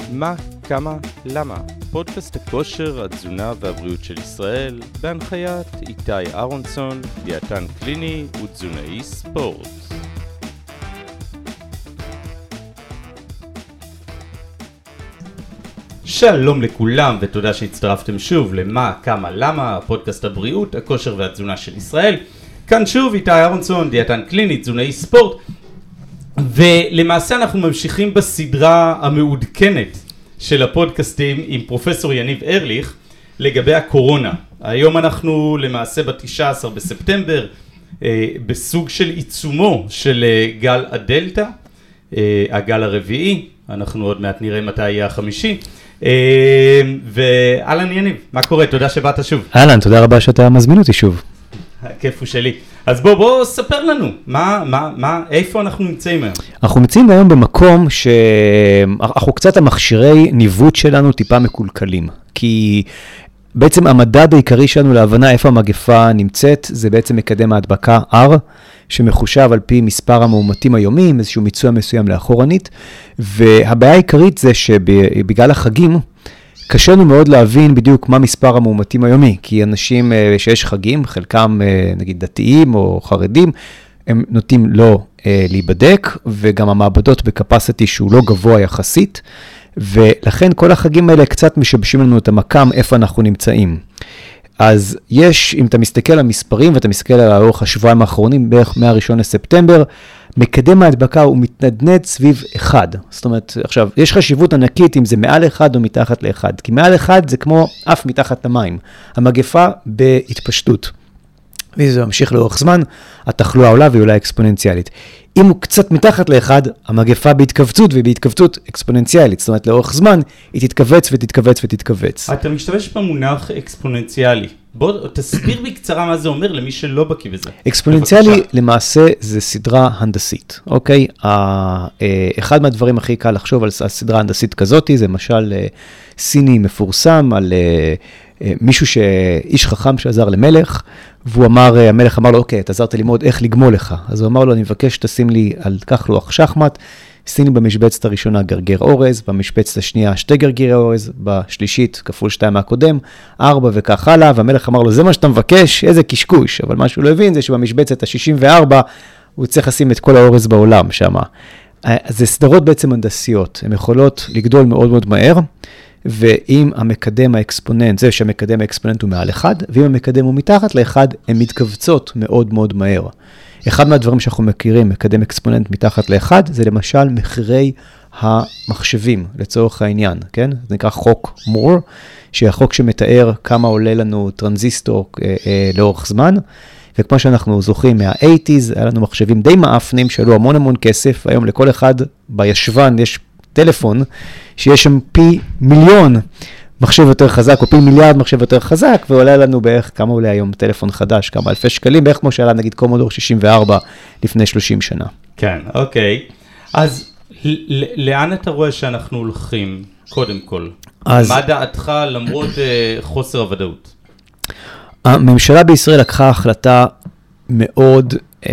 מה, כמה, למה? פודקאסט הכושר, התזונה והבריאות של ישראל, בהנחיית איתי אהרונסון, דיאטן קליני ותזונאי ספורט. שלום לכולם ותודה שהצטרפתם שוב למה, כמה, למה, פודקאסט הבריאות, הכושר והתזונה של ישראל. כאן שוב איתי אהרונסון, דיאטן קליני, תזונאי ספורט. ולמעשה אנחנו ממשיכים בסדרה המעודכנת של הפודקאסטים עם פרופסור יניב ארליך לגבי הקורונה. היום אנחנו למעשה ב-19 בספטמבר בסוג של עיצומו של גל הדלטה, הגל הרביעי, אנחנו עוד מעט נראה מתי יהיה החמישי. ואלן יניב, מה קורה? תודה שבאת שוב. אלן, תודה רבה שאתה מזמין אותי שוב. הכיף הוא שלי. אז בוא ספר לנו, איפה אנחנו נמצאים היום? אנחנו נמצאים היום במקום שאנחנו קצת המכשירי ניווט שלנו טיפה מקולקלים, כי בעצם המדד העיקרי שלנו להבנה איפה המגפה נמצאת, זה בעצם מקדם ההדבקה R, שמחושב על פי מספר המאומתים היומיים, איזשהו מיצוע מסוים לאחורנית, והבעיה העיקרית זה שבגלל החגים, קשה לנו מאוד להבין בדיוק מה מספר המאומתים היומי, כי אנשים שיש חגים, חלקם נגיד דתיים או חרדים, הם נוטים לא להיבדק, וגם המעבדות בקפסיטי שהוא לא גבוה יחסית, ולכן כל החגים האלה קצת משבשים לנו את המקם איפה אנחנו נמצאים. אז יש, אם אתה מסתכל על המספרים, ואתה מסתכל על האורך השבועיים האחרונים, בערך מה-1 לספטמבר, מקדם ההדבקה הוא מתנדנד סביב 1. זאת אומרת, עכשיו, יש חשיבות ענקית אם זה מעל 1 או מתחת ל-1, כי מעל 1 זה כמו אף מתחת למים. המגפה בהתפשטות. וזה ממשיך לאורך זמן, התחלואה עולה והיא עולה אקספוננציאלית. אם הוא קצת מתחת ל-1, המגפה בהתכווצות ובהתכווצות אקספוננציאלית. זאת אומרת, לאורך זמן היא תתכווץ ותתכווץ ותתכווץ. אתה משתמש במונח אקספוננציאלי. בוא תסביר בקצרה מה זה אומר למי שלא בקיא בזה. אקספוננציאלי למעשה זה סדרה הנדסית, אוקיי? אחד מהדברים הכי קל לחשוב על סדרה הנדסית כזאת, זה למשל סיני מפורסם על מישהו איש חכם שעזר למלך, והוא אמר, המלך אמר לו, אוקיי, אתה עזרת ללמוד איך לגמול לך. אז הוא אמר לו, אני מבקש שתשים לי על כך לוח שחמט, סיני במשבצת הראשונה גרגר אורז, במשבצת השנייה 2 גרגירי אורז, בשלישית כפול 2 מהקודם, 4 וכך הלאה, והמלך אמר לו, זה מה שאתה מבקש, איזה קשקוש, אבל מה שהוא לא הבין זה שבמשבצת ה-64, הוא צריך לשים את כל האורז בעולם שם. אז זה סדרות בעצם הנדסיות, הן יכולות לגדול מאוד מאוד מהר, ואם המקדם האקספוננט, זה שהמקדם האקספוננט הוא מעל 1, ואם המקדם הוא מתחת ל-1, הן מתכווצות מאוד מאוד מהר. אחד מהדברים שאנחנו מכירים, מקדם אקספוננט מתחת ל-1, זה למשל מחירי המחשבים, לצורך העניין, כן? זה נקרא חוק מור, שהחוק שמתאר כמה עולה לנו טרנזיסטור לאורך זמן, וכמו שאנחנו זוכרים מה-80s, היה לנו מחשבים די מאפנים, שעלו המון המון כסף, היום לכל אחד בישבן יש טלפון, שיש שם פי מיליון מחשב יותר חזק, או פי מיליארד מחשב יותר חזק, ועולה לנו בערך כמה עולה היום טלפון חדש, כמה אלפי שקלים, בערך כמו שעלה נגיד קומודור 64 לפני 30 שנה. כן, אוקיי. אז לאן אתה רואה שאנחנו הולכים, קודם כל? מה דעתך למרות חוסר הוודאות? הממשלה בישראל לקחה החלטה מאוד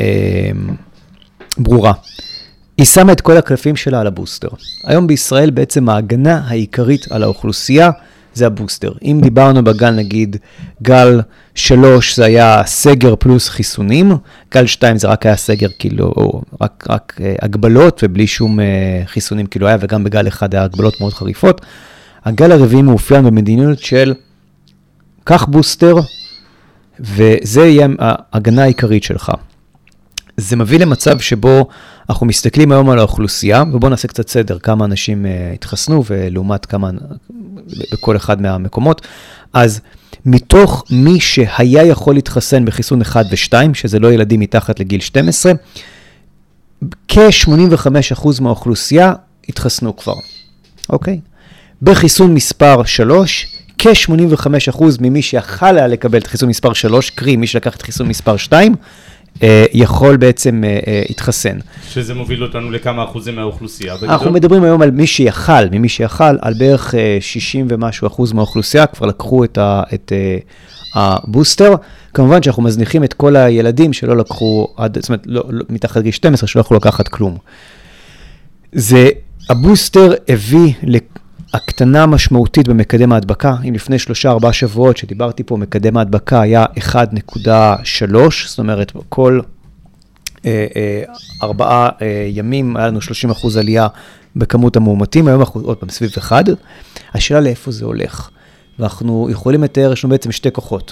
ברורה. היא שמה את כל הקלפים שלה על הבוסטר. היום בישראל בעצם ההגנה העיקרית על האוכלוסייה זה הבוסטר. אם דיברנו בגל נגיד, גל 3 זה היה סגר פלוס חיסונים, גל 2 זה רק היה סגר כאילו, או רק הגבלות ובלי שום חיסונים כאילו היה, וגם בגל 1 היה הגבלות מאוד חריפות. הגל הרביעי מאופיין במדיניות של קח בוסטר, וזה יהיה ההגנה העיקרית שלך. זה מביא למצב שבו אנחנו מסתכלים היום על האוכלוסייה, ובואו נעשה קצת סדר, כמה אנשים התחסנו, ולעומת כמה, בכל אחד מהמקומות. אז מתוך מי שהיה יכול להתחסן בחיסון 1 ו-2, שזה לא ילדים מתחת לגיל 12, כ-85% מהאוכלוסייה התחסנו כבר. אוקיי? בחיסון מספר 3, כ-85% ממי שיכל היה לקבל את חיסון מספר 3, קרי מי שלקח את חיסון מספר 2, יכול בעצם להתחסן. שזה מוביל אותנו לכמה אחוזים מהאוכלוסייה. אנחנו מדברים היום על מי שיכל, על בערך 60 ומשהו אחוז מהאוכלוסייה, כבר לקחו את הבוסטר. כמובן שאנחנו מזניחים את כל הילדים שלא לקחו, זאת אומרת, מתחת גיל 12, שלא יכולו לקחת כלום. הבוסטר הביא הקטנה משמעותית במקדם ההדבקה, אם לפני 3-4 שבועות שדיברתי פה, מקדם ההדבקה היה 1.3, זאת אומרת, כל 4 ימים היה לנו 30% עלייה בכמות המאומתים, היום אנחנו עוד פעם סביב 1, השאלה לאיפה זה הולך. ואנחנו יכולים לתאר, יש לנו בעצם 2 כוחות,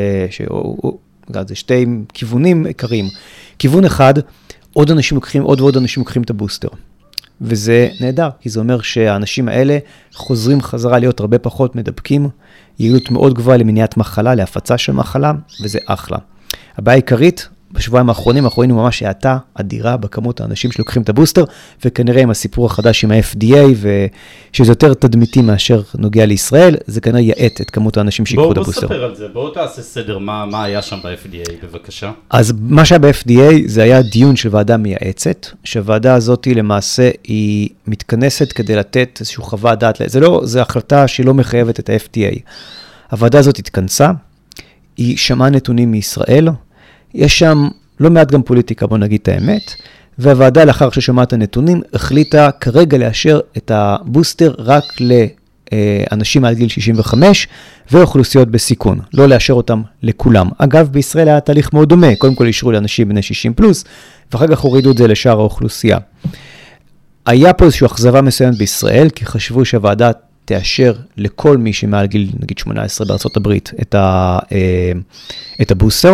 זה 2 כיוונים עיקריים. כיוון אחד, עוד ועוד אנשים לוקחים את הבוסטר. וזה נהדר, כי זה אומר שהאנשים האלה חוזרים חזרה להיות הרבה פחות מדבקים, יעילות מאוד גבוהה למניעת מחלה, להפצה של מחלה, וזה אחלה. הבעיה העיקרית, בשבועיים האחרונים אנחנו ראינו ממש האטה אדירה בכמות האנשים שלוקחים את הבוסטר, וכנראה עם הסיפור החדש עם ה-FDA, ושזה יותר תדמיתי מאשר נוגע לישראל, זה כנראה יעט את כמות האנשים שיקחו את הבוסטר. בואו ספר על זה, בואו תעשה סדר מה היה שם ב-FDA, בבקשה. אז מה שהיה ב-FDA זה היה דיון של ועדה מייעצת, שהוועדה הזאת למעשה היא מתכנסת כדי לתת איזשהו חוות דעת, זה החלטה שהיא לא מחייבת את ה-FDA. הוועדה הזאת התכנסה, היא שמעה נתונים מישראל, יש שם לא מעט גם פוליטיקה, בוא נגיד את האמת, והוועדה לאחר ששמעה את הנתונים, החליטה כרגע לאשר את הבוסטר רק לאנשים מעל גיל 65, ואוכלוסיות בסיכון, לא לאשר אותם לכולם. אגב, בישראל היה תהליך מאוד דומה, קודם כל אישרו לאנשים בני 60 פלוס, ואחר כך הורידו את זה לשאר האוכלוסייה. היה פה איזושהי אכזבה מסוימת בישראל, כי חשבו שהוועדה תאשר לכל מי שמעל גיל, נגיד 18 בארצות הברית, את הבוסטר.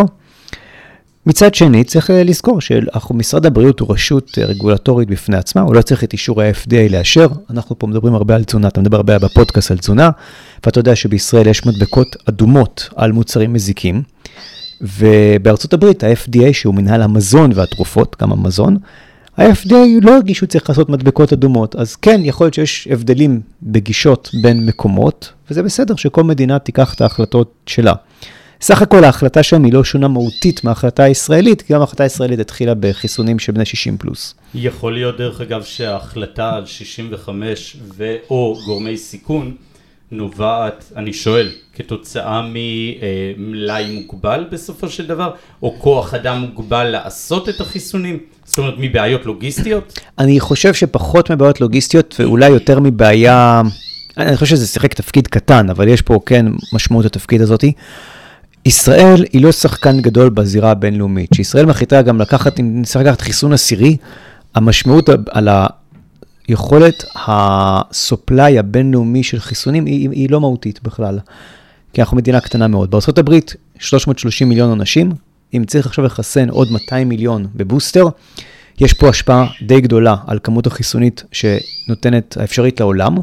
מצד שני, צריך לזכור שמשרד הבריאות הוא רשות רגולטורית בפני עצמה, הוא לא צריך את אישור ה-FDA לאשר, אנחנו פה מדברים הרבה על תזונה, אתה מדבר הרבה בפודקאסט על תזונה, ואתה יודע שבישראל יש מדבקות אדומות על מוצרים מזיקים, ובארצות הברית ה-FDA, שהוא מנהל המזון והתרופות, גם המזון, ה-FDA לא הרגיש שהוא צריך לעשות מדבקות אדומות, אז כן, יכול להיות שיש הבדלים בגישות בין מקומות, וזה בסדר שכל מדינה תיקח את ההחלטות שלה. סך הכל ההחלטה שם היא לא שונה מהותית מההחלטה הישראלית, כי גם ההחלטה הישראלית התחילה בחיסונים של בני 60 פלוס. יכול להיות דרך אגב שההחלטה על 65 או גורמי סיכון נובעת, אני שואל, כתוצאה ממלאי מוגבל בסופו של דבר, או כוח אדם מוגבל לעשות את החיסונים? זאת אומרת, מבעיות לוגיסטיות? אני חושב שפחות מבעיות לוגיסטיות, ואולי יותר מבעיה, אני חושב שזה שיחק תפקיד קטן, אבל יש פה כן משמעות התפקיד הזאת. ישראל היא לא שחקן גדול בזירה הבינלאומית, שישראל מחליטה גם לקחת, אם נצטרך לקחת חיסון עשירי, המשמעות על היכולת הסופליי הבינלאומי של חיסונים היא לא מהותית בכלל, כי אנחנו מדינה קטנה מאוד. בארצות הברית 330 מיליון אנשים, אם צריך עכשיו לחסן עוד 200 מיליון בבוסטר, יש פה השפעה די גדולה על כמות החיסונית שנותנת האפשרית לעולם,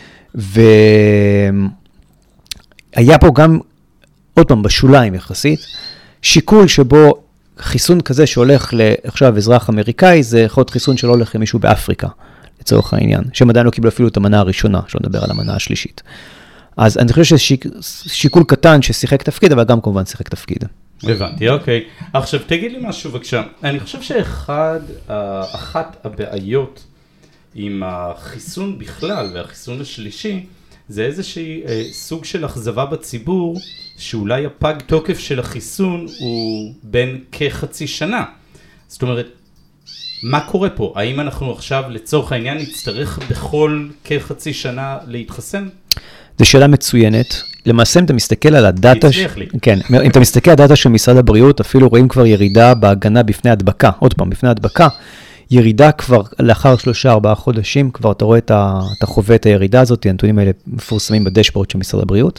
והיה פה גם עוד פעם, בשוליים יחסית, שיקול שבו חיסון כזה שהולך עכשיו אזרח אמריקאי, זה יכול להיות חיסון שלא הולך למישהו באפריקה, לצורך העניין, שהם עדיין לא קיבלו אפילו את המנה הראשונה, שלא נדבר על המנה השלישית. אז אני חושב ששיקול קטן ששיחק תפקיד, אבל גם כמובן שיחק תפקיד. הבנתי, אוקיי. עכשיו תגיד לי משהו בבקשה, אני חושב שאחת הבעיות עם החיסון בכלל והחיסון השלישי, זה איזושהי סוג של אכזבה בציבור, שאולי הפג תוקף של החיסון הוא בין כחצי שנה. זאת אומרת, מה קורה פה? האם אנחנו עכשיו לצורך העניין נצטרך בכל כחצי שנה להתחסן? זו שאלה מצוינת. למעשה אם אתה מסתכל על הדאטה, כן, אם אתה מסתכל על הדאטה של משרד הבריאות, אפילו רואים כבר ירידה בהגנה בפני הדבקה. עוד פעם, בפני הדבקה, ירידה כבר לאחר 3-4 חודשים, כבר אתה רואה אתה חווה את הירידה הזאת, הנתונים האלה מפורסמים בדשבורד של משרד הבריאות.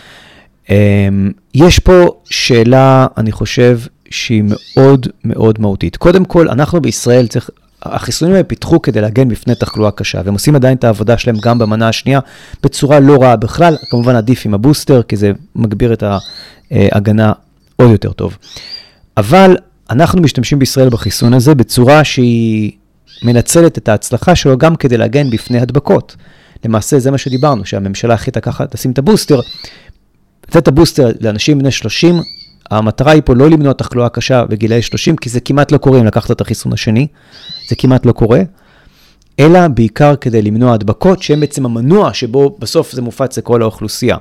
יש פה שאלה, אני חושב, שהיא מאוד מאוד מהותית. קודם כל, אנחנו בישראל החיסונים האלה פיתחו כדי להגן בפני תחלואה קשה, והם עושים עדיין את העבודה שלהם גם במנה השנייה, בצורה לא רעה בכלל, כמובן עדיף עם הבוסטר, כי זה מגביר את ההגנה עוד יותר טוב. אבל אנחנו משתמשים בישראל בחיסון הזה בצורה שהיא מנצלת את ההצלחה שלו גם כדי להגן בפני הדבקות. למעשה זה מה שדיברנו, שהממשלה החליטה ככה תשים את הבוסטר, לתת את הבוסטר לאנשים בני 30, המטרה היא פה לא למנוע תחלואה קשה בגילי 30, כי זה כמעט לא קורה אם לקחת את החיסון השני, זה כמעט לא קורה, אלא בעיקר כדי למנוע הדבקות, שהם בעצם המנוע שבו בסוף זה מופץ לכל האוכלוסייה.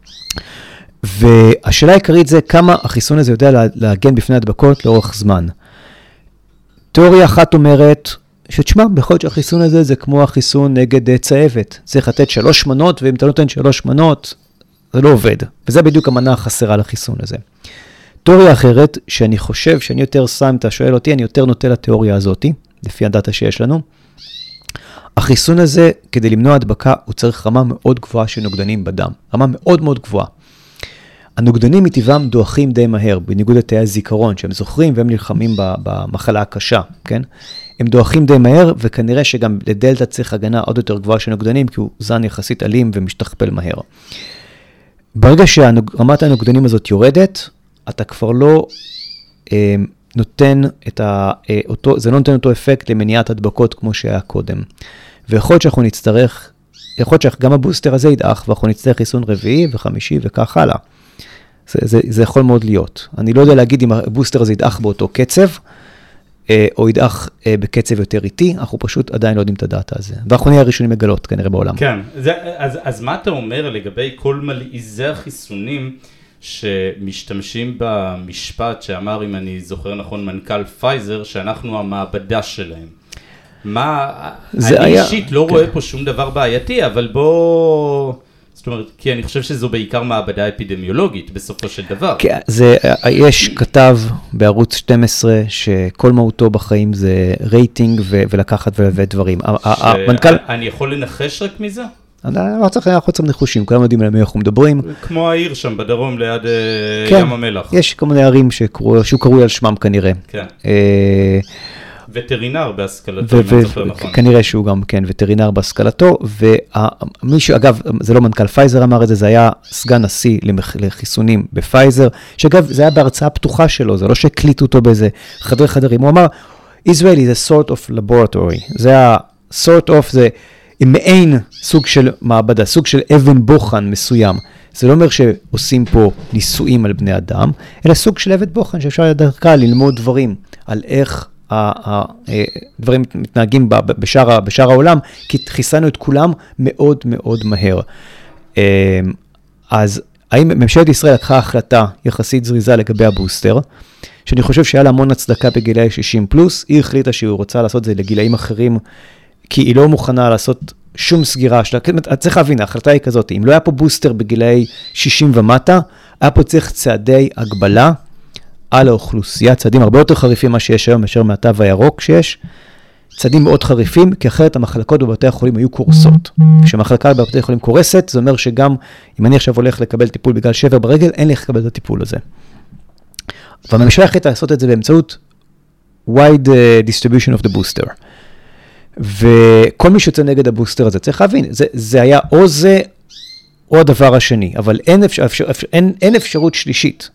והשאלה העיקרית זה כמה החיסון הזה יודע להגן בפני הדבקות לאורך זמן. תיאוריה אחת אומרת שתשמע, בכל זאת שהחיסון הזה זה כמו החיסון נגד צהבת. צריך לתת 3 מנות, ואם אתה נותן 3 מנות, זה לא עובד. וזה בדיוק המנה החסרה לחיסון הזה. תיאוריה אחרת, שאני חושב שאני יותר שם, אתה שואל אותי, אני יותר נוטה לתיאוריה הזאת, לפי הדאטה שיש לנו. החיסון הזה, כדי למנוע הדבקה, הוא צריך רמה מאוד גבוהה של נוגדנים בדם. רמה מאוד מאוד גבוהה. הנוגדנים מטבעם דועכים די מהר, בניגוד לתאי הזיכרון, שהם זוכרים והם נלחמים במחלה הקשה, כן? הם דועכים די מהר, וכנראה שגם לדלטה צריך הגנה עוד יותר גבוהה של נוגדנים, כי הוא זן יחסית אלים ומשתכפל מהר. ברגע שרמת הנוגדנים הזאת יורדת, אתה כבר לא נותן זה לא נותן אותו אפקט למניעת הדבקות כמו שהיה קודם. ויכול להיות שאנחנו נצטרך, יכול להיות שגם הבוסטר הזה ידעך, ואנחנו נצטרך חיסון רביעי וחמישי וכך הלאה. זה יכול מאוד להיות. אני לא יודע להגיד אם הבוסטר הזה ידעך באותו קצב, או ידעך בקצב יותר איטי, אנחנו פשוט עדיין לא יודעים את הדאטה הזה. ואנחנו נהיה הראשונים לגלות כנראה בעולם. כן, אז מה אתה אומר לגבי כל מלעיזי החיסונים שמשתמשים במשפט שאמר, אם אני זוכר נכון, מנכ"ל פייזר, שאנחנו המעבדה שלהם. אני אישית לא רואה פה שום דבר בעייתי, אבל זאת אומרת, כי אני חושב שזו בעיקר מעבדה אפידמיולוגית בסופו של דבר. יש כתב בערוץ 12 שכל מהותו בחיים זה רייטינג ולקחת ולבד דברים. אני יכול לנחש רק מזה? אנחנו צריכים נחושים, כולם יודעים על מי אנחנו מדברים. כמו העיר שם בדרום ליד ים המלח. יש כל מיני ערים שהוא קרוי על שמם כנראה. כן. וטרינר בהשכלתו, כנראה שהוא גם, כן, וטרינר בהשכלתו, ומישהו, אגב, זה לא מנכ"ל פייזר אמר את זה, זה היה סגן נשיא לחיסונים בפייזר, שאגב, זה היה בהרצאה פתוחה שלו, זה לא שהקליטו אותו באיזה חדרים, הוא אמר, Israel is a sort of laboratory, זה ה-sort of, זה מעין סוג של מעבדה, סוג של אבן בוחן מסוים, זה לא אומר שעושים פה ניסויים על בני אדם, אלא סוג של אבן בוחן שאפשר דרכה ללמוד דברים על איך הדברים מתנהגים בשאר העולם, כי חיסנו את כולם מאוד מאוד מהר. אז האם ממשלת ישראל לקחה החלטה יחסית זריזה לגבי הבוסטר, שאני חושב שהיה לה המון הצדקה בגילאי 60 פלוס, היא החליטה שהיא רוצה לעשות זה לגילאים אחרים, כי היא לא מוכנה לעשות שום סגירה שלה. צריך להבין, ההחלטה היא כזאת, אם לא היה פה בוסטר בגילאי 60 ומטה, היה פה צריך צעדי הגבלה, על האוכלוסייה, צעדים הרבה יותר חריפים מה שיש היום, מאשר מהתו הירוק שיש, צעדים מאוד חריפים, כי אחרת המחלקות בבתי החולים היו קורסות. כשמחלקה בבתי החולים קורסת, זה אומר שגם אם אני עכשיו הולך לקבל טיפול בגלל שבר ברגל, אין לי איך לקבל את הטיפול הזה. והממשלה החליטה לעשות את זה באמצעות wide distribution of the booster. וכל מי שיוצא נגד הבוסטר הזה, צריך להבין, זה היה או זה, או הדבר השני, אבל אין אפשרות שלישית.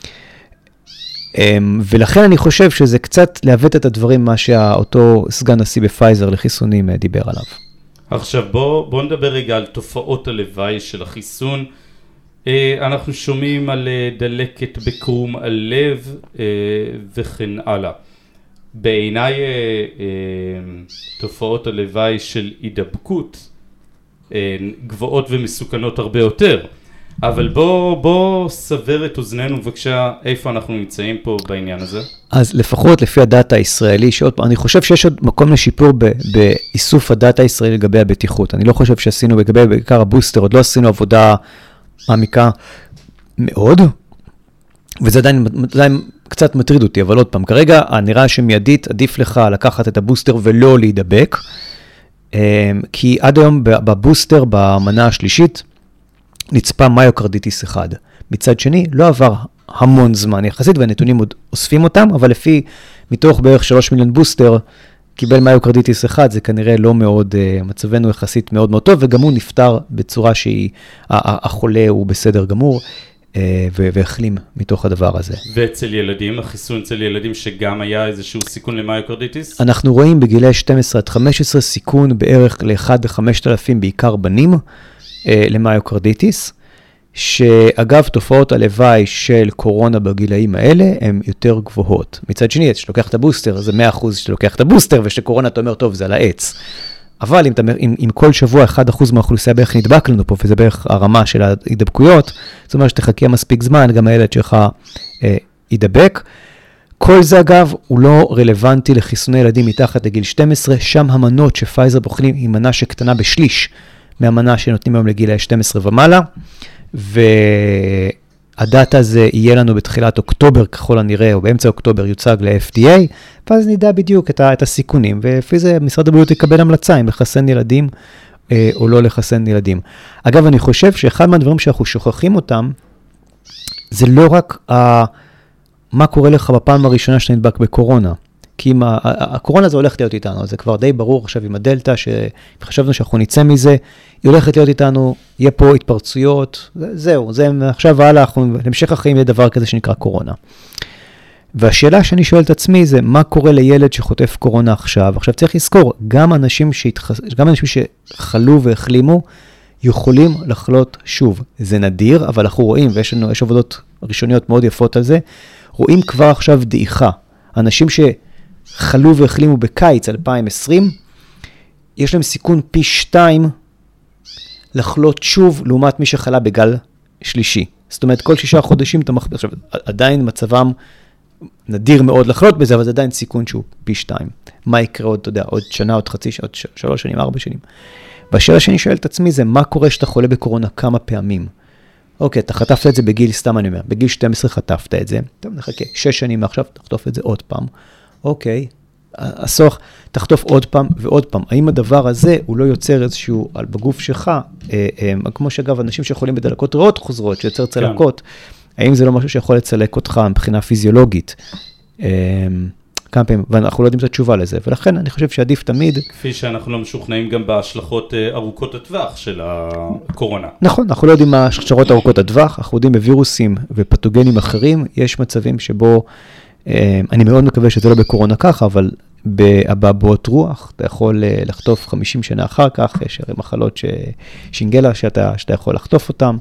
ולכן אני חושב שזה קצת להוות את הדברים מה שאותו סגן נשיא בפייזר לחיסונים דיבר עליו. עכשיו בוא נדבר רגע על תופעות הלוואי של החיסון. אנחנו שומעים על דלקת בקרום הלב וכן הלאה. בעיניי תופעות הלוואי של הידבקות גבוהות ומסוכנות הרבה יותר. אבל בוא סבר את אוזנינו בבקשה, איפה אנחנו נמצאים פה בעניין הזה? אז לפחות לפי הדאטה הישראלי, שעוד פעם, אני חושב שיש עוד מקום לשיפור באיסוף הדאטה הישראלי לגבי הבטיחות. אני לא חושב שעשינו לגבי בעיקר הבוסטר, עוד לא עשינו עבודה מעמיקה מאוד, וזה עדיין קצת מטריד אותי, אבל עוד פעם, כרגע נראה שמיידית עדיף לך לקחת את הבוסטר ולא להידבק, כי עד היום בבוסטר, במנה השלישית, נצפה מיוקרדיטיס אחד. מצד שני, לא עבר המון זמן יחסית, והנתונים עוד אוספים אותם, אבל מתוך בערך 3 מיליון בוסטר, קיבל מיוקרדיטיס אחד, זה כנראה לא מאוד, מצבנו יחסית מאוד מאוד טוב, וגם הוא נפטר בצורה החולה הוא בסדר גמור, והחלים מתוך הדבר הזה. ואצל ילדים, החיסון אצל ילדים שגם היה איזשהו סיכון למיוקרדיטיס? אנחנו רואים בגילי 12 עד 15 סיכון בערך ל-1 ל-5,000 בעיקר בנים, למיוקרדיטיס, שאגב תופעות הלוואי של קורונה בגילאים האלה הן יותר גבוהות. מצד שני, כשלוקח את הבוסטר, זה 100% שלוקח את הבוסטר, ושקורונה אתה אומר, טוב, זה על העץ. אבל אם כל שבוע 1% מהאוכלוסייה בערך נדבק לנו פה, וזה בערך הרמה של ההידבקויות, זאת אומרת שתחכה מספיק זמן, גם הילד שלך ידבק. כל זה אגב הוא לא רלוונטי לחיסוני ילדים מתחת לגיל 12, שם המנות שפייזר בוחנים היא מנה שקטנה בשליש מהמנה שנותנים היום לגיל 12 ומעלה, והדאטה הזה יהיה לנו בתחילת אוקטובר ככל הנראה, או באמצע אוקטובר יוצג ל-FDA, ואז נדע בדיוק את הסיכונים, ולפי זה משרד הבריאות יקבל המלצה אם לחסן ילדים או לא לחסן ילדים. אגב, אני חושב שאחד מהדברים שאנחנו שוכחים אותם, זה לא רק מה קורה לך בפעם הראשונה שאתה נדבק בקורונה. כי אם הקורונה זה הולכת להיות איתנו, זה כבר די ברור עכשיו עם הדלטה, שחשבנו שאנחנו נצא מזה, היא הולכת להיות איתנו, יהיה פה התפרצויות, זהו, זה עכשיו הלאה, להמשך החיים יהיה דבר כזה שנקרא קורונה. והשאלה שאני שואל את עצמי זה, מה קורה לילד שחוטף קורונה עכשיו? עכשיו צריך לזכור, גם אנשים שחלו והחלימו, יכולים לחלות שוב. זה נדיר, אבל אנחנו רואים, ויש עבודות ראשוניות מאוד יפות על זה, רואים כבר עכשיו דעיכה. אנשים שחלו והחלימו בקיץ 2020, יש להם סיכון פי 2 לחלות שוב, לעומת מי שחלה בגל שלישי. זאת אומרת, כל 6 חודשים אתה מכפיל. עכשיו, עדיין מצבם נדיר מאוד לחלות בזה, אבל זה עדיין סיכון שהוא פי 2. מה יקרה עוד, אתה יודע, עוד שנה, עוד חצי, עוד 3 שנים, 4 שנים. והשאלה שאני שואל את עצמי זה, מה קורה שאתה חולה בקורונה כמה פעמים? אוקיי, אתה חטפת את זה בגיל, סתם אני אומר, בגיל 12 חטפת את זה, טוב, נחכה, 6 שנים מעכשיו, תחטוף את זה עוד פעם. אוקיי, הסוח, תחטוף עוד פעם ועוד פעם. האם הדבר הזה, הוא לא יוצר איזשהו, בגוף שלך, כמו שאגב, אנשים שיכולים בדלקות ריאות חוזרות, שיוצר צלקות, האם זה לא משהו שיכול לצלק אותך מבחינה פיזיולוגית? כמה פעמים, ואנחנו לא יודעים את התשובה לזה, ולכן אני חושב שעדיף תמיד. כפי שאנחנו לא משוכנעים גם בהשלכות ארוכות הטווח של הקורונה. נכון, אנחנו לא יודעים מה השלכות ארוכות הטווח, אנחנו יודעים בווירוסים ופתוגנים אחרים, יש מצבים שבו, אני מאוד מקווה שזה לא בקורונה ככה, אבל באבעבועות רוח, אתה יכול לחטוף 50 שנה אחר כך, יש הרי מחלות שינגלה שאתה יכול לחטוף אותם,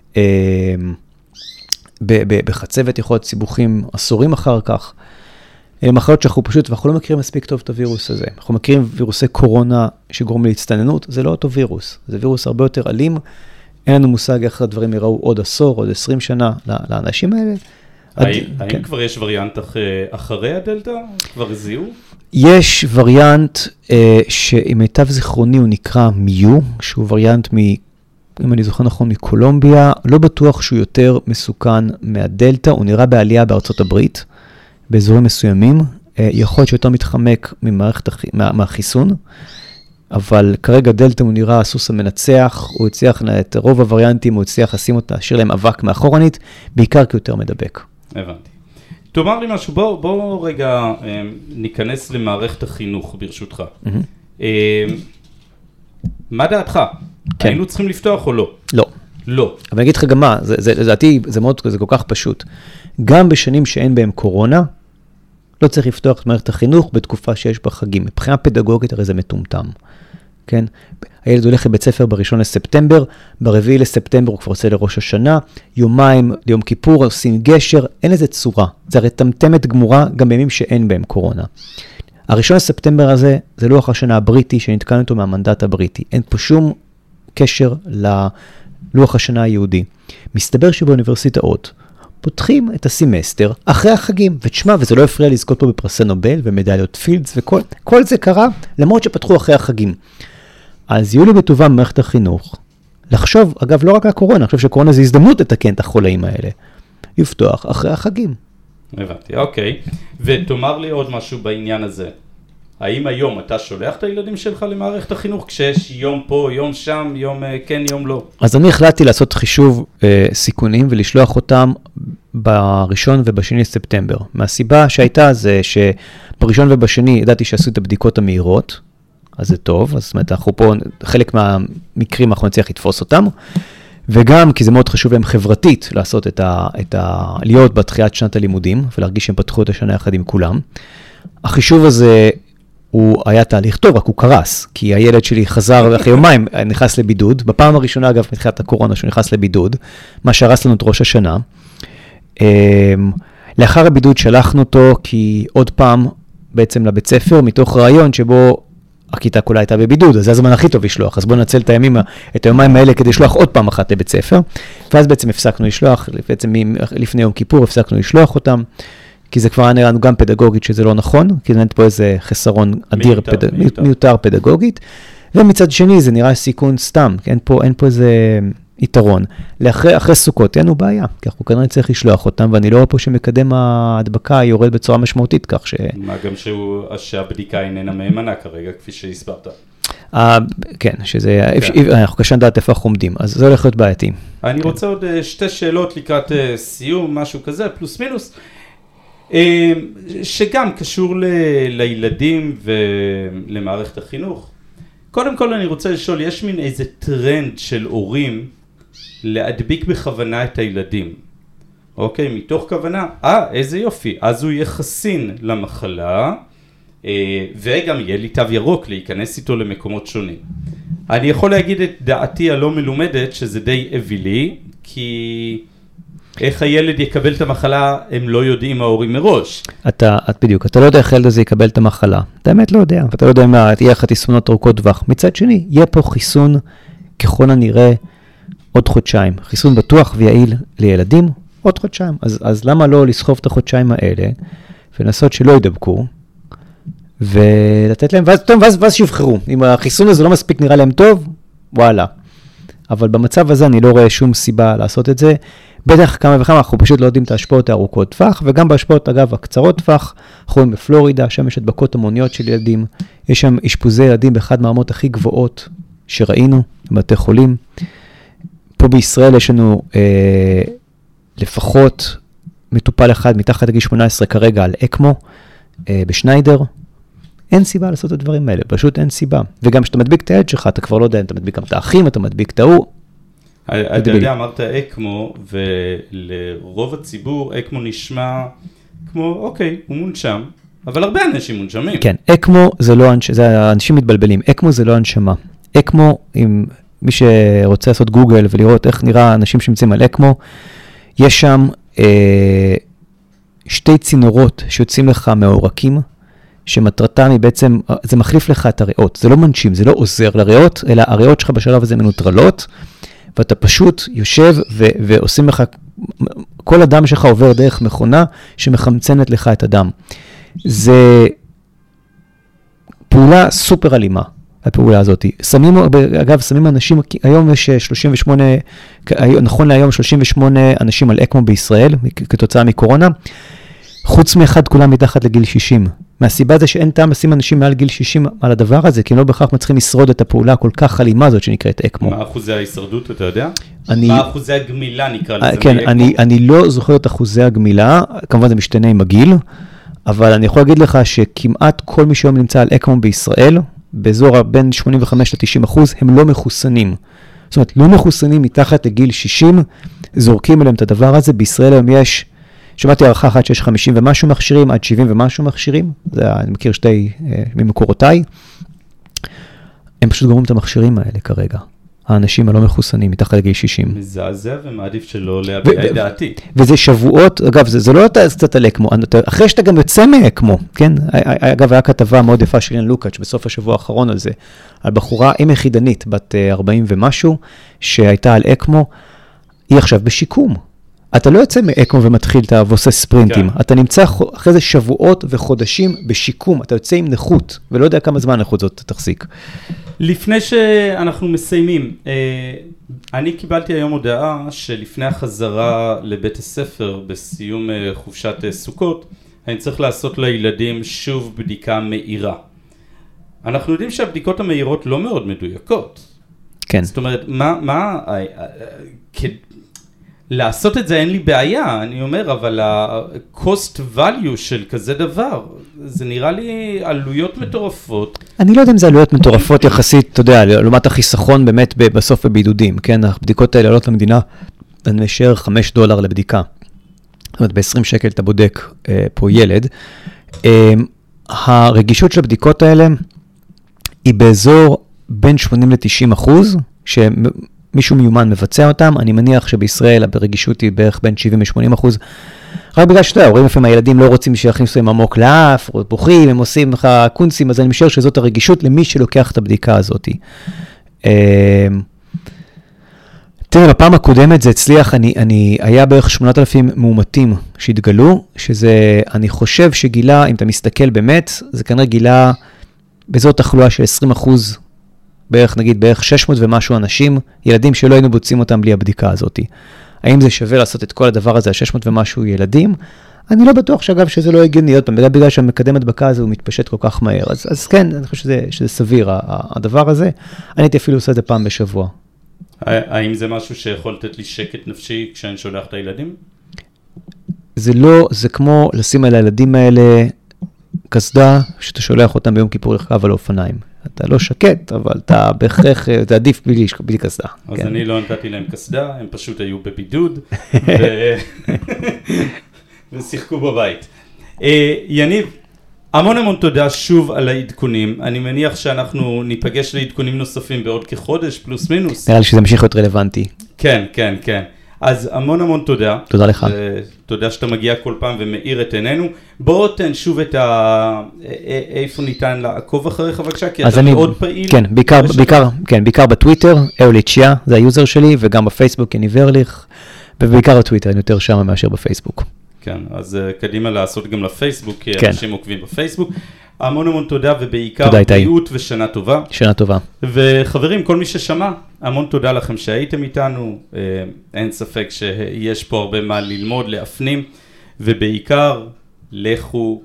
בחצבת יכול להיות סיבוכים עשורים אחר כך, מחלות שאנחנו פשוט, ואנחנו לא מכירים מספיק טוב את הווירוס הזה. אנחנו מכירים וירוסי קורונה שגורם להצטננות, זה לא אותו וירוס. זה וירוס הרבה יותר אלים, אין לנו מושג איך הדברים יראו עוד עשור, עוד 20 שנה לאנשים האלה. האם כבר יש וריאנט אחרי הדלטה? כבר זיהו? יש וריאנט שעם מיטב זיכרוני הוא נקרא מיו, שהוא וריאנט אם אני זוכר נכון, מקולומביה, לא בטוח שהוא יותר מסוכן מהדלטה, הוא נראה בעלייה בארצות הברית, באזורים מסוימים, יכול להיות שיותר מתחמק מהחיסון, אבל כרגע דלטה הוא נראה הסוס המנצח, הוא הצליח את רוב הווריאנטים, הוא הצליח לשים אותה, להשאיר להם אבק מאחורנית, בעיקר כי יותר מדבק. הבנתי. תאמר לי משהו, בוא רגע ניכנס למערכת החינוך ברשותך. מה דעתך? היינו צריכים לפתוח או לא? לא. לא. אבל אני אגיד לך גם מה, זה כל כך פשוט. גם בשנים שאין בהם קורונה, לא צריך לפתוח את מערכת החינוך בתקופה שיש בה חגים. מבחינה פדגוגית הרי זה מטומטם. כן? הילד הולך לבית ספר ב1 לספטמבר, ב4 לספטמבר הוא כבר יוצא לראש השנה, יומיים ליום כיפור, עושים גשר, אין לזה צורה. זה הרי טמטמת גמורה גם בימים שאין בהם קורונה. ה1 לספטמבר הזה זה לוח השנה הבריטי שנתקן אותו מהמנדט הבריטי. אין פה שום קשר ללוח השנה היהודי. מסתבר שבאוניברסיטאות פותחים את הסמסטר אחרי החגים, ותשמע, וזה לא הפריע לזכות פה בפרסי נובל ומדליות פילדס וכל זה קרה, למרות שפתחו אחרי החגים. אז יהיו לי בטובה במערכת החינוך, לחשוב, אגב, לא רק לקורונה, אני חושב שקורונה זה הזדמנות לתקן את החולאים האלה, לפתוח אחרי החגים. הבנתי, אוקיי. ותאמר לי עוד משהו בעניין הזה. האם היום אתה שולח את הילדים שלך למערכת החינוך, כשיש יום פה, יום שם, יום כן, יום לא? אז אני החלטתי לעשות חישוב סיכונים ולשלוח אותם ב1 וב2 לספטמבר. מהסיבה שהייתה זה שב1 וב2 ידעתי שעשו את הבדיקות המהירות, אז זה טוב, אז זאת אומרת, אנחנו פה, חלק מהמקרים אנחנו נצליח לתפוס אותם, וגם כי זה מאוד חשוב להם חברתית לעשות להיות בתחילת שנת הלימודים, ולהרגיש שהם פתחו את השנה יחד עם כולם. החישוב הזה הוא היה תהליך טוב, רק הוא קרס, כי הילד שלי חזר אחרי יומיים, נכנס לבידוד, בפעם הראשונה אגב מתחילת הקורונה שהוא נכנס לבידוד, מה שהרס לנו את ראש השנה. לאחר הבידוד שלחנו אותו, כי עוד פעם בעצם לבית ספר, מתוך רעיון שבו הכיתה כולה הייתה בבידוד, אז זה הזמן הכי טוב לשלוח, אז בואו נצל את היומיים האלה כדי לשלוח עוד פעם אחת לבית ספר, ואז בעצם הפסקנו לשלוח, בעצם לפני יום כיפור הפסקנו לשלוח אותם, כי זה כבר נראה לנו גם פדגוגית שזה לא נכון, כי באמת פה איזה חסרון אדיר, מיותר פדגוגית, ומצד שני זה נראה סיכון סתם, כי אין פה איזה יתרון. אחרי סוכות, אין לנו בעיה, כי אנחנו כנראה צריך לשלוח אותם, ואני לא רואה פה שמקדם ההדבקה יורד בצורה משמעותית, כך ש... מה גם שהבדיקה איננה מהימנה כרגע, כפי שהסברת. כן, שזה, אנחנו קשה לדעת איפה אנחנו עומדים, אז זה הולך להיות בעייתי. אני רוצה עוד שתי שאלות לקראת סיום, משהו כזה, פלוס מינוס, שגם קשור לילדים ולמערכת החינוך. קודם כל אני רוצה לשאול, יש מין איזה טרנד של הורים להדביק בכוונה את הילדים. אוקיי, מתוך כוונה, איזה יופי, אז הוא יהיה חסין למחלה, וגם יהיה לי תו ירוק להיכנס איתו למקומות שונים. אני יכול להגיד את דעתי הלא מלומדת, שזה די אווילי, כי איך הילד יקבל את המחלה, הם לא יודעים ההורים מראש. בדיוק, אתה לא יודע איך הילד הזה יקבל את המחלה. אתה באמת לא יודע, ואתה לא יודע מה, תהיה לך חיסונות ארוכות טווח. מצד שני, יהיה פה חיסון ככל הנראה עוד חודשיים. חיסון בטוח ויעיל לילדים עוד חודשיים. אז למה לא לסחוב את החודשיים האלה, ולנסות שלא ידבקו, ולתת להם, ואז שיבחרו. אם החיסון הזה לא מספיק נראה להם טוב, וואלה. אבל במצב הזה אני לא רואה שום סיבה לעשות את זה. בטח כמה וכמה, אנחנו פשוט לא יודעים את ההשפעות הארוכות טווח, וגם בהשפעות, אגב, הקצרות טווח, אנחנו רואים בפלורידה, שם יש הדבקות המוניות של ילדים, יש שם אשפוזי ילדים באחד מהרמות הכי גבוהות שראינו, בבתי חולים. פה בישראל יש לנו לפחות מטופל אחד מתחת לגיל 18 כרגע על אקמו, בשניידר. אין סיבה לעשות את הדברים האלה, פשוט אין סיבה. וגם כשאתה מדביק את הילד שלך, אתה כבר לא יודע אם אתה מדביק גם את האחים, אתה מדביק את ההוא. אתה יודע, אמרת אקמו, ולרוב הציבור אקמו נשמע כמו, אוקיי, הוא מונשם, אבל הרבה אנשים מונשמים. כן, אקמו זה לא, זה אנשים מתבלבלים, אקמו זה לא הנשמה. אקמו, אם מי שרוצה לעשות גוגל ולראות איך נראה אנשים שנמצאים על אקמו, יש שם שתי צינורות שיוצאים לך מהעורקים, שמטרתם היא בעצם, זה מחליף לך את הריאות, זה לא מנשים, זה לא עוזר לריאות, אלא הריאות שלך בשלב הזה מנוטרלות, ואתה פשוט יושב ועושים לך, כל הדם שלך עובר דרך מכונה שמחמצנת לך את הדם. זה פעולה סופר אלימה, הפעולה הזאת. אגב, שמים אנשים, היום יש 38, נכון להיום 38 אנשים על אקמו בישראל, כתוצאה מקורונה, חוץ מאחד כולם מתחת לגיל 60. מהסיבה זה שאין טעם לשים אנשים מעל גיל 60 על הדבר הזה, כי הם לא בהכרח מצליחים לשרוד את הפעולה הכל כך אלימה הזאת שנקראת אקמו. מה אחוזי ההישרדות, אתה יודע? מה אחוזי הגמילה נקרא לזה? כן, אני לא זוכר את אחוזי הגמילה, כמובן זה משתנה עם הגיל, אבל אני יכול להגיד לך שכמעט כל מי שהיום נמצא על אקמו בישראל, באזור בין 85-90%, הם לא מחוסנים. זאת אומרת, לא מחוסנים מתחת לגיל 60, זורקים אליהם את הדבר הזה. בישראל היום יש, שמעתי הערכה אחת שיש 50 ומשהו מכשירים, עד 70 ומשהו מכשירים, אני מכיר שתי ממקורותיי, הם פשוט גורמים את המכשירים האלה כרגע. האנשים הלא מחוסנים מתחת לגיל 60. מזעזע ומעדיף שלא להביע את דעתי. וזה שבועות, אגב, זה לא קצת על אקמו, אחרי שאתה גם יוצא מאקמו, כן? אגב, היה כתבה מאוד יפה של אילן לוקאץ' בסוף השבוע האחרון על זה, על בחורה, אם יחידנית, בת 40 ומשהו, שהייתה על אקמו, היא עכשיו בשיקום. אתה לא יוצא מאקמו ומתחיל ועושה ספרינטים, אתה נמצא אחרי זה שבועות וחודשים בשיקום, אתה יוצא עם נכות, ולא יודע כמה זמן נכות זאת תחזיק. לפני שאנחנו מסיימים, אני קיבלתי היום הודעה שלפני החזרה לבית הספר בסיום חופשת סוכות, אני צריך לעשות לילדים שוב בדיקה מהירה. אנחנו יודעים שהבדיקות המהירות לא מאוד מדויקות. כן. זאת אומרת, לעשות את זה אין לי בעיה, אני אומר, אבל ה-cost value של כזה דבר, זה נראה לי עלויות מטורפות. אני לא יודע אם זה עלויות מטורפות יחסית, אתה יודע, לעומת החיסכון באמת בסוף בבידודים, כן? הבדיקות האלה עלות למדינה, אני משאר $5 לבדיקה. זאת אומרת, ב-20 שקל אתה בודק פה ילד. הרגישות של הבדיקות האלה היא באזור בין 80-90%, מישהו מיומן מבצע אותם, אני מניח שבישראל ברגישות היא בערך בין 70-80%, רק בגלל שאתה רואים לפעמים הילדים לא רוצים שיכניסו עם עמוק לאף, או בוכים, הם עושים לך קונסים, אז אני משער שזאת הרגישות למי שלוקח את הבדיקה הזאת. תראה, בפעם הקודמת זה הצליח, היה בערך 8,000 מאומתים שהתגלו, שזה, אני חושב שגילה, אם אתה מסתכל באמת, זה כנראה גילה באזור תחלואה של 20%, בערך 600 ומשהו אנשים, ילדים שלא היינו בוצעים אותם בלי הבדיקה הזאת. האם זה שווה לעשות את כל הדבר הזה, 600 ומשהו ילדים? אני לא בטוח שאגב שזה לא הגיוני, עוד פעם, בגלל שהמקדם הדבקה הזה הוא מתפשט כל כך מהר, אז כן, אני חושב שזה סביר, הדבר הזה. אני הייתי אפילו עושה את זה פעם בשבוע. האם זה משהו שיכול לתת לי שקט נפשי כשאני שולח את הילדים? זה לא, זה כמו לשים על הילדים האלה קסדה, שאתה שולח אותם ביום כיפור רכב על האופניים. אתה לא שקט, אבל אתה בהכרח, זה עדיף בלי קסדה. אז אני לא נתתי להם קסדה, הם פשוט היו בבידוד, ושיחקו בבית. יניב, המון תודה שוב על העדכונים. אני מניח שאנחנו ניפגש לעדכונים נוספים בעוד כחודש, פלוס מינוס. נראה לי שזה ממשיך להיות רלוונטי. כן. אז המון תודה. תודה לך. תודה שאתה מגיע כל פעם ומאיר את עינינו. בוא תן שוב את איפה ניתן לעקוב אחריך בבקשה, כי אתה מאוד פעיל. כן, בעיקר בטוויטר, אוליצ'יה, זה היוזר שלי, וגם בפייסבוק, יניב ארליך, ובעיקר בטוויטר, אני יותר שם מאשר בפייסבוק. כן, אז קדימה לעשות גם לפייסבוק, כי אנשים עוקבים בפייסבוק. המון תודה, ובעיקר בריאות ושנה טובה. שנה טובה. וחברים, כל מי ששמע, המון תודה לכם שהייתם איתנו. אין ספק שיש פה הרבה מה ללמוד, להפנים, ובעיקר לכו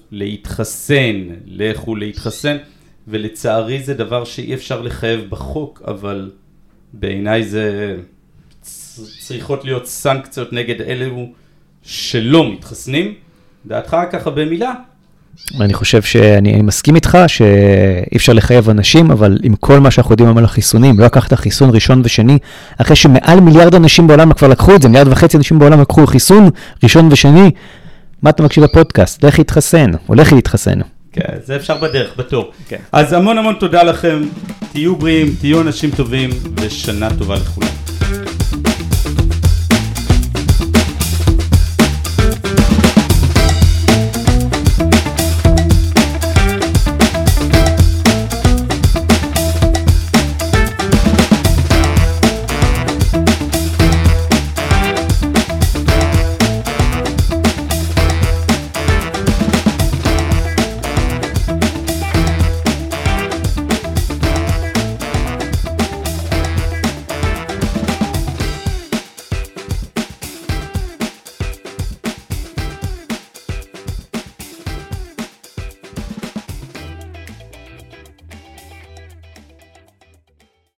להתחסן, ולצערי זה דבר שאי אפשר לחייב בחוק, אבל בעיניי זה צריכות להיות סנקציות נגד אלו שלא מתחסנים. דעתך ככה במילה? אני חושב שאני מסכים איתך שאי אפשר לחייב אנשים, אבל עם כל מה שאנחנו יודעים על החיסונים, לא לקחת חיסון ראשון ושני, אחרי שמעל 1 מיליארד אנשים בעולם כבר לקחו את זה, 1.5 מיליארד אנשים בעולם לקחו חיסון ראשון ושני, מה אתה מקשיב לפודקאסט? לך להתחסן. כן, זה אפשר בדרך, בתור. אז המון תודה לכם, תהיו בריאים, תהיו אנשים טובים, ושנה טובה לכולם.